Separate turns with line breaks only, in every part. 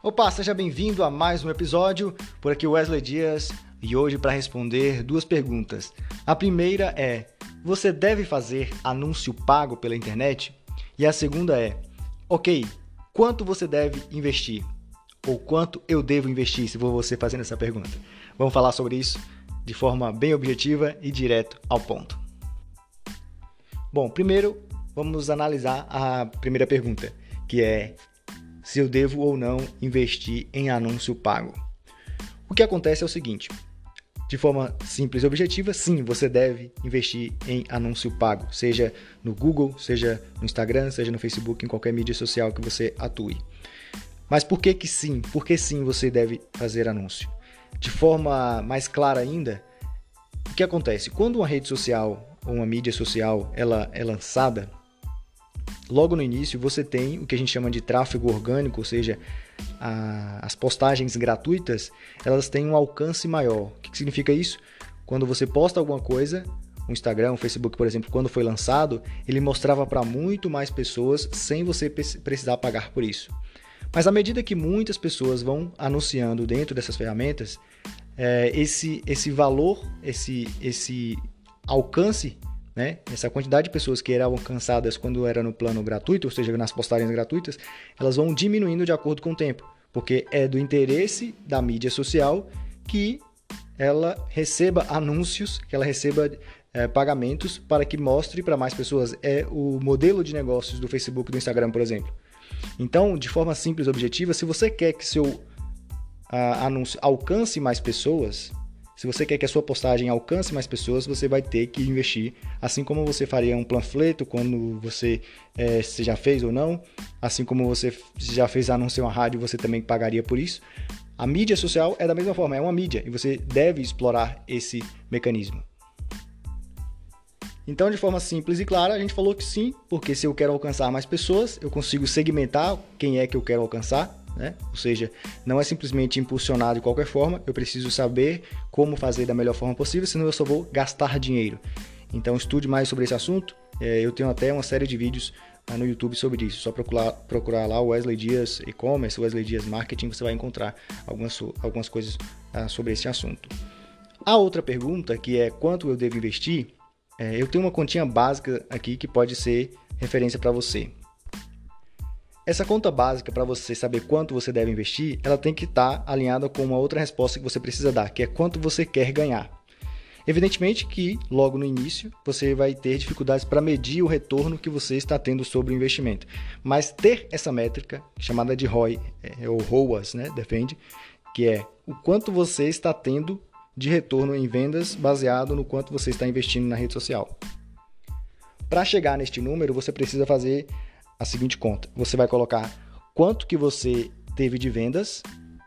Opa, seja bem-vindo a mais um episódio. Por aqui Wesley Dias e hoje para responder duas perguntas. A primeira é: você deve fazer anúncio pago pela internet? E a segunda é: ok, quanto você deve investir? Ou quanto eu devo investir, se for você fazendo essa pergunta? Vamos falar sobre isso de forma bem objetiva e direto ao ponto. Bom, primeiro vamos analisar a primeira pergunta, que é se eu devo ou não investir em anúncio pago. O que acontece é o seguinte: de forma simples e objetiva, sim, você deve investir em anúncio pago, seja no Google, seja no Instagram, seja no Facebook, em qualquer mídia social que você atue. Mas por que sim? Por que sim você deve fazer anúncio? De forma mais clara ainda, o que acontece? Quando uma rede social ou uma mídia social ela é lançada, logo no início você tem o que a gente chama de tráfego orgânico, ou seja, as postagens gratuitas, elas têm um alcance maior. O que significa isso? Quando você posta alguma coisa, o Instagram, o Facebook, por exemplo, quando foi lançado, ele mostrava para muito mais pessoas sem você precisar pagar por isso. Mas à medida que muitas pessoas vão anunciando dentro dessas ferramentas, esse valor, esse alcance, né? Essa quantidade de pessoas que eram alcançadas quando era no plano gratuito, ou seja, nas postagens gratuitas, elas vão diminuindo de acordo com o tempo, porque é do interesse da mídia social que ela receba anúncios, que ela receba pagamentos para que mostre para mais pessoas. É o modelo de negócios do Facebook e do Instagram, por exemplo. Então, de forma simples e objetiva, se você quer que seu anúncio alcance mais pessoas, se você quer que a sua postagem alcance mais pessoas, você vai ter que investir, assim como você faria um panfleto quando você já fez ou não, assim como você já fez anúncio em uma rádio, você também pagaria por isso. A mídia social é da mesma forma, é uma mídia, e você deve explorar esse mecanismo. Então, de forma simples e clara, a gente falou que sim, porque se eu quero alcançar mais pessoas, eu consigo segmentar quem é que eu quero alcançar, né? Ou seja, não é simplesmente impulsionar de qualquer forma, eu preciso saber como fazer da melhor forma possível, senão eu só vou gastar dinheiro. Então estude mais sobre esse assunto, eu tenho até uma série de vídeos no YouTube sobre isso, só procurar lá o Wesley Dias E-Commerce, Wesley Dias Marketing, você vai encontrar algumas coisas sobre esse assunto. A outra pergunta, que é quanto eu devo investir, eu tenho uma continha básica aqui que pode ser referência para você. Essa conta básica, para você saber quanto você deve investir, ela tem que estar alinhada com uma outra resposta que você precisa dar, que é quanto você quer ganhar. Evidentemente que, logo no início, você vai ter dificuldades para medir o retorno que você está tendo sobre o investimento. Mas ter essa métrica, chamada de ROI, ou ROAS, né, defende, que é o quanto você está tendo de retorno em vendas baseado no quanto você está investindo na rede social. Para chegar neste número, você precisa fazer a seguinte conta: você vai colocar quanto que você teve de vendas,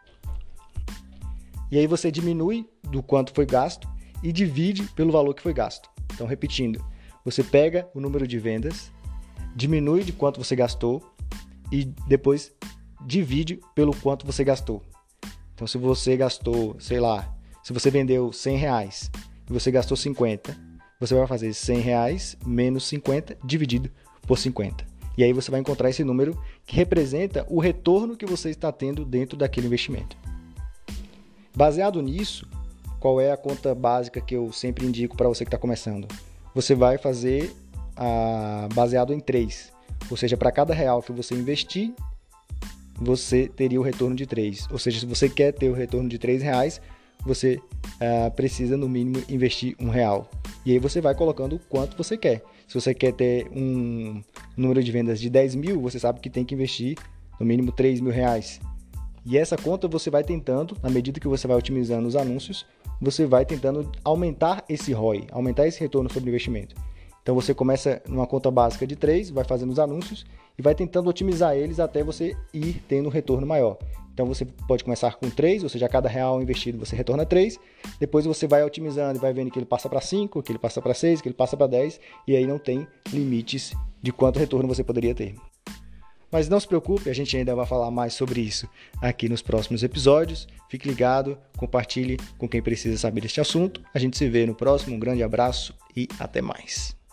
e aí você diminui do quanto foi gasto e divide pelo valor que foi gasto. Então, repetindo, você pega o número de vendas, diminui de quanto você gastou e depois divide pelo quanto você gastou. Então, se você gastou, se você vendeu R$100 e você gastou 50, você vai fazer R$100 menos 50 dividido por 50. E aí você vai encontrar esse número que representa o retorno que você está tendo dentro daquele investimento. Baseado nisso, qual é a conta básica que eu sempre indico para você que está começando? Você vai fazer baseado em 3. Ou seja, para cada real que você investir, você teria o retorno de 3. Ou seja, se você quer ter o retorno de R$3, você precisa no mínimo investir R$1. E aí você vai colocando o quanto você quer. Se você quer ter um número de vendas de 10 mil, você sabe que tem que investir no mínimo R$3.000. E essa conta você vai tentando, na medida que você vai otimizando os anúncios, você vai tentando aumentar esse ROI, aumentar esse retorno sobre o investimento. Então você começa numa conta básica de 3, vai fazendo os anúncios e vai tentando otimizar eles até você ir tendo um retorno maior. Então você pode começar com 3, ou seja, a cada real investido você retorna 3, depois você vai otimizando e vai vendo que ele passa para 5, que ele passa para 6, que ele passa para 10, e aí não tem limites de quanto retorno você poderia ter. Mas não se preocupe, a gente ainda vai falar mais sobre isso aqui nos próximos episódios. Fique ligado, compartilhe com quem precisa saber deste assunto. A gente se vê no próximo, um grande abraço e até mais.